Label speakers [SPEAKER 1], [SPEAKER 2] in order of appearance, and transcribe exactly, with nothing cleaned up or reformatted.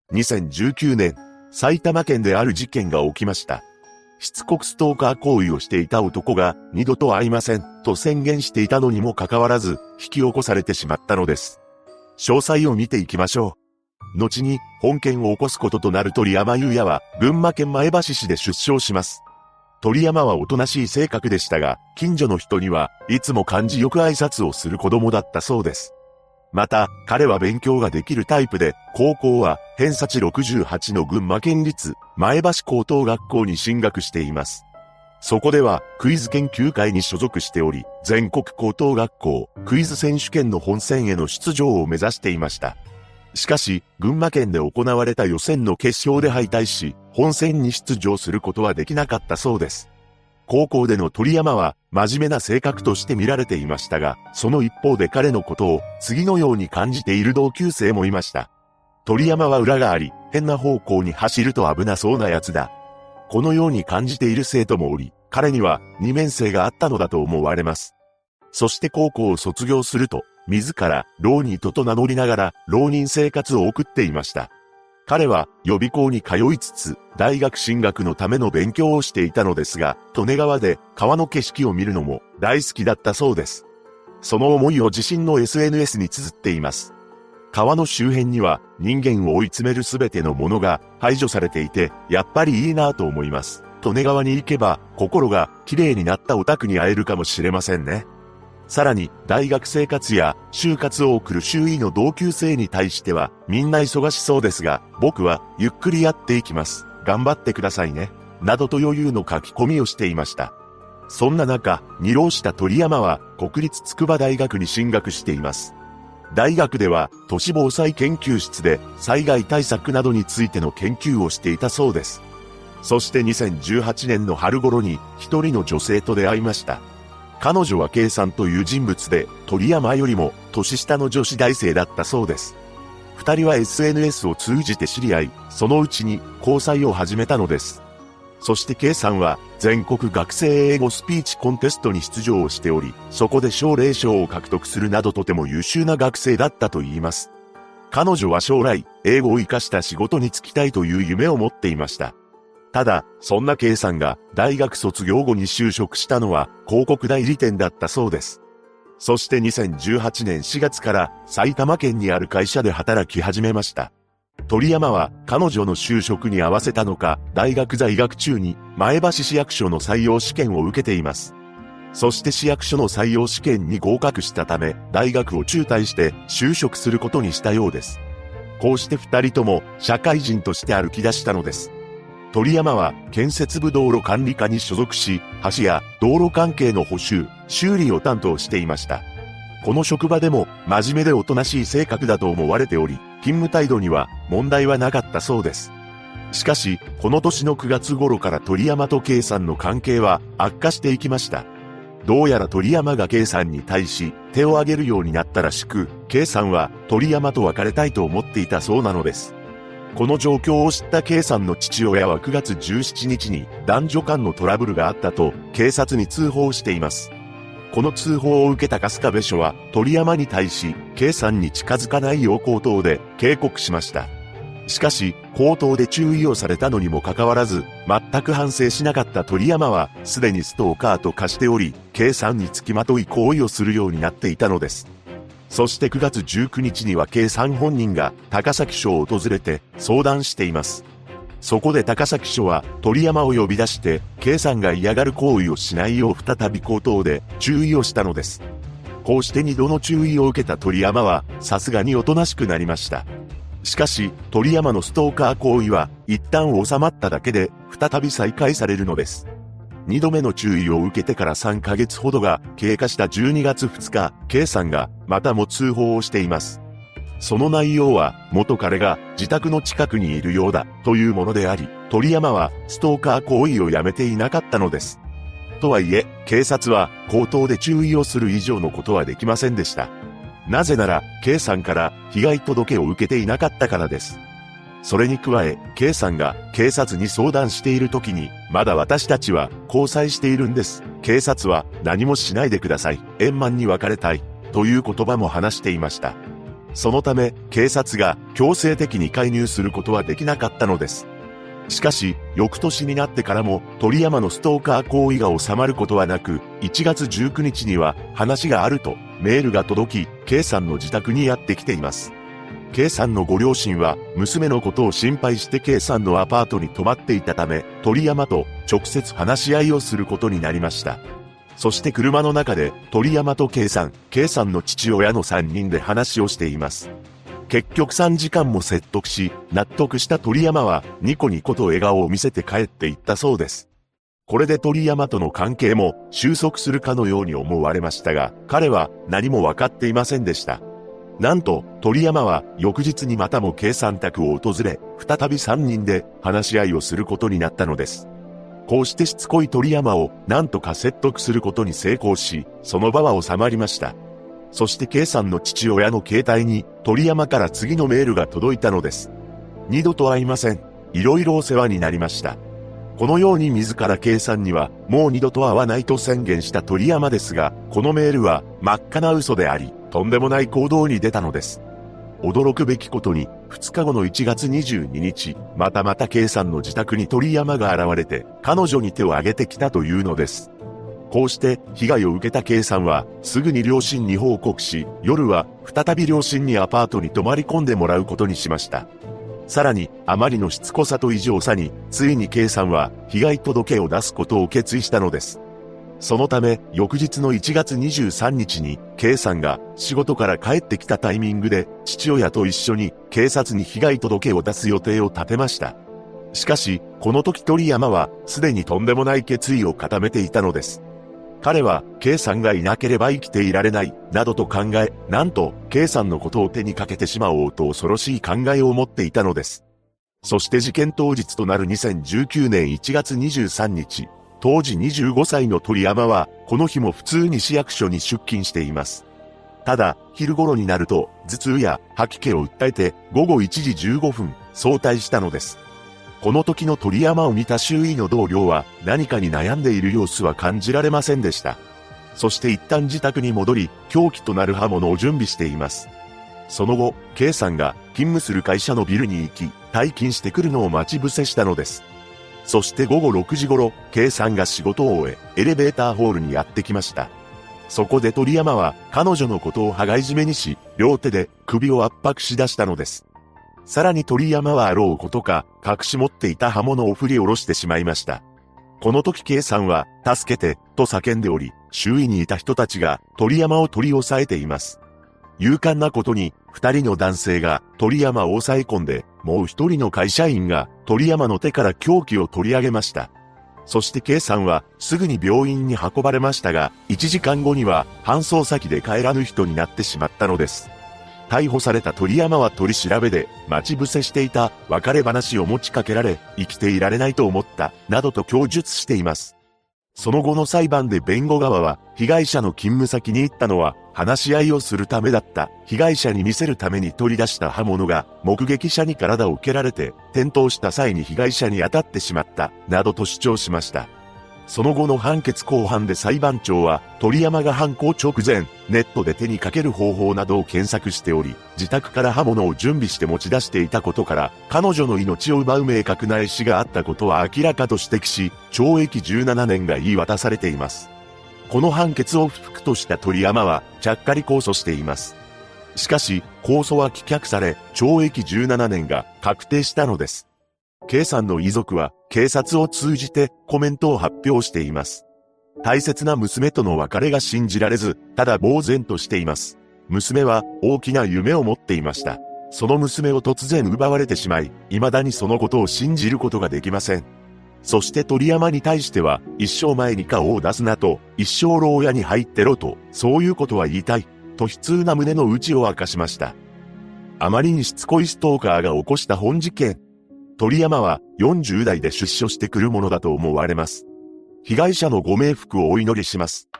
[SPEAKER 1] にせんじゅうきゅうねん、埼玉県である事件が起きました。しつこくストーカー行為をしていた男が二度と会いませんと宣言していたのにもかかわらず引き起こされてしまったのです。詳細を見ていきましょう。後に本件を起こすこととなる鳥山優也は群馬県前橋市で出生します。鳥山はおとなしい性格でしたが、近所の人にはいつも感じよく挨拶をする子供だったそうです。また、彼は勉強ができるタイプで、高校は偏差値ろくじゅうはちの群馬県立前橋高等学校に進学しています。そこではクイズ研究会に所属しており、全国高等学校クイズ選手権の本戦への出場を目指していました。しかし、群馬県で行われた予選の決勝で敗退し、本戦に出場することはできなかったそうです。高校での鳥山は真面目な性格として見られていましたが、その一方で彼のことを次のように感じている同級生もいました。鳥山は裏があり、変な方向に走ると危なそうなやつだ。このように感じている生徒もおり、彼には二面性があったのだと思われます。そして高校を卒業すると、自ら浪人とと名乗りながら浪人生活を送っていました。彼は予備校に通いつつ大学進学のための勉強をしていたのですが、利根川で川の景色を見るのも大好きだったそうです。その思いを自身の エスエヌエス に綴っています。川の周辺には人間を追い詰めるすべてのものが排除されていて、やっぱりいいなぁと思います。利根川に行けば心が綺麗になったオタクに会えるかもしれませんね。さらに、大学生活や就活を送る周囲の同級生に対しては、みんな忙しそうですが、僕はゆっくりやっていきます。頑張ってくださいね。などと余裕の書き込みをしていました。そんな中、二浪した鳥山は国立筑波大学に進学しています。大学では都市防災研究室で災害対策などについての研究をしていたそうです。そしてにせんじゅうはちねんの春頃に一人の女性と出会いました。彼女は K さんという人物で、鳥山よりも年下の女子大生だったそうです。二人は エスエヌエス を通じて知り合い、そのうちに交際を始めたのです。そして K さんは全国学生英語スピーチコンテストに出場をしており、そこで奨励賞を獲得するなどとても優秀な学生だったと言います。彼女は将来、英語を活かした仕事に就きたいという夢を持っていました。ただ、そんな K さんが大学卒業後に就職したのは広告代理店だったそうです。そしてにせんじゅうはちねんしがつから埼玉県にある会社で働き始めました。鳥山は彼女の就職に合わせたのか、大学在学中に前橋市役所の採用試験を受けています。そして市役所の採用試験に合格したため、大学を中退して就職することにしたようです。こうして二人とも社会人として歩き出したのです。鳥山は建設部道路管理課に所属し、橋や道路関係の補修、修理を担当していました。この職場でも真面目でおとなしい性格だと思われており、勤務態度には問題はなかったそうです。しかし、この年のくがつ頃から鳥山と K さんの関係は悪化していきました。どうやら鳥山が K さんに対し手を挙げるようになったらしく、K さんは鳥山と別れたいと思っていたそうなのです。この状況を知った K さんの父親はくがつじゅうしちにちに男女間のトラブルがあったと警察に通報しています。この通報を受けた春日部署は鳥山に対し K さんに近づかないよう口頭で警告しました。しかし口頭で注意をされたのにもかかわらず全く反省しなかった鳥山はすでにストーカーと化しており K さんにつきまとい行為をするようになっていたのです。そしてくがつじゅうくにちには K さん本人が高崎署を訪れて相談しています。そこで高崎署は鳥山を呼び出して K さんが嫌がる行為をしないよう再び口頭で注意をしたのです。こうしてにどの注意を受けた鳥山はさすがにおとなしくなりました。しかし鳥山のストーカー行為は一旦収まっただけで再び再開されるのです。二度目の注意を受けてからさんかげつほどが経過したじゅうにがつふつか、K さんがまたも通報をしています。その内容は元彼が自宅の近くにいるようだというものであり、鳥山はストーカー行為をやめていなかったのです。とはいえ、警察は口頭で注意をする以上のことはできませんでした。なぜなら、K さんから被害届を受けていなかったからです。それに加え、K さんが警察に相談している時に、まだ私たちは交際しているんです。警察は何もしないでください。円満に別れたい。という言葉も話していました。 そのため、警察が強制的に介入することはできなかったのです。しかし、翌年になってからも、鳥山のストーカー行為が収まることはなく、いちがつじゅうくにちには、話があると、メールが届き、K さんの自宅にやってきています。K さんのご両親は、娘のことを心配して K さんのアパートに泊まっていたため、鳥山と直接話し合いをすることになりました。そして車の中で、鳥山と K さん、K さんの父親のさんにんで話をしています。結局さんじかんも説得し、納得した鳥山は、ニコニコと笑顔を見せて帰っていったそうです。これで鳥山との関係も収束するかのように思われましたが、彼は何も分かっていませんでした。なんと、鳥山は翌日にまたも K さん宅を訪れ、再びさんにんで話し合いをすることになったのです。こうしてしつこい鳥山を何とか説得することに成功し、その場は収まりました。そして K さんの父親の携帯に鳥山から次のメールが届いたのです。二度と会いません。いろいろお世話になりました。このように自ら K さんにはもう二度と会わないと宣言した鳥山ですが、このメールは真っ赤な嘘であり、とんでもない行動に出たのです。驚くべきことに、ふつかごのいちがつにじゅうににち、またまた K さんの自宅に鳥山が現れて、彼女に手を挙げてきたというのです。こうして、被害を受けた K さんは、すぐに両親に報告し、夜は、再び両親にアパートに泊まり込んでもらうことにしました。さらに、あまりのしつこさと異常さに、ついに K さんは、被害届を出すことを決意したのです。そのため、翌日のいちがつにじゅうさんにちに、K さんが仕事から帰ってきたタイミングで、父親と一緒に警察に被害届を出す予定を立てました。しかし、この時鳥山は、すでにとんでもない決意を固めていたのです。彼は、K さんがいなければ生きていられない、などと考え、なんと、K さんのことを手にかけてしまおうと恐ろしい考えを持っていたのです。そして事件当日となるにせんじゅうきゅうねんいちがつにじゅうさんにち、当時にじゅうごさいの鳥山は、この日も普通に市役所に出勤しています。ただ、昼頃になると、頭痛や吐き気を訴えて、ごごいちじじゅうごふん、早退したのです。この時の鳥山を見た周囲の同僚は、何かに悩んでいる様子は感じられませんでした。そして一旦自宅に戻り、凶器となる刃物を準備しています。その後、K さんが勤務する会社のビルに行き、退勤してくるのを待ち伏せしたのです。そしてごごろくじ頃、K さんが仕事を終え、エレベーターホールにやってきました。そこで鳥山は、彼女のことを羽交い締めにし、両手で首を圧迫し出したのです。さらに鳥山はあろうことか、隠し持っていた刃物を振り下ろしてしまいました。この時 K さんは、助けて、と叫んでおり、周囲にいた人たちが、鳥山を取り押さえています。勇敢なことに、二人の男性が鳥山を抑え込んで、もう一人の会社員が鳥山の手から凶器を取り上げました。そして K さんはすぐに病院に運ばれましたが、いちじかんごには搬送先で帰らぬ人になってしまったのです。逮捕された鳥山は取り調べで、待ち伏せしていた別れ話を持ちかけられ、生きていられないと思った、などと供述しています。その後の裁判で弁護側は、被害者の勤務先に行ったのは、話し合いをするためだった。被害者に見せるために取り出した刃物が、目撃者に体を蹴られて、転倒した際に被害者に当たってしまった、などと主張しました。その後の判決公判で裁判長は、鳥山が犯行直前、ネットで手にかける方法などを検索しており、自宅から刃物を準備して持ち出していたことから、彼女の命を奪う明確な意思があったことは明らかと指摘し、ちょうえきじゅうななねんが言い渡されています。この判決を不服とした鳥山は、ちゃっかり控訴しています。しかし、控訴は棄却され、ちょうえきじゅうななねんが確定したのです。K さんの遺族は警察を通じてコメントを発表しています。大切な娘との別れが信じられず、ただ呆然としています。娘は大きな夢を持っていました。その娘を突然奪われてしまい、未だにそのことを信じることができません。そして鳥山に対しては、一生前に顔を出すなと、一生牢屋に入ってろと、そういうことは言いたい、と悲痛な胸の内を明かしました。あまりにしつこいストーカーが起こした本事件。鳥山はよんじゅうだいで出所してくるものだと思われます。被害者のご冥福をお祈りします。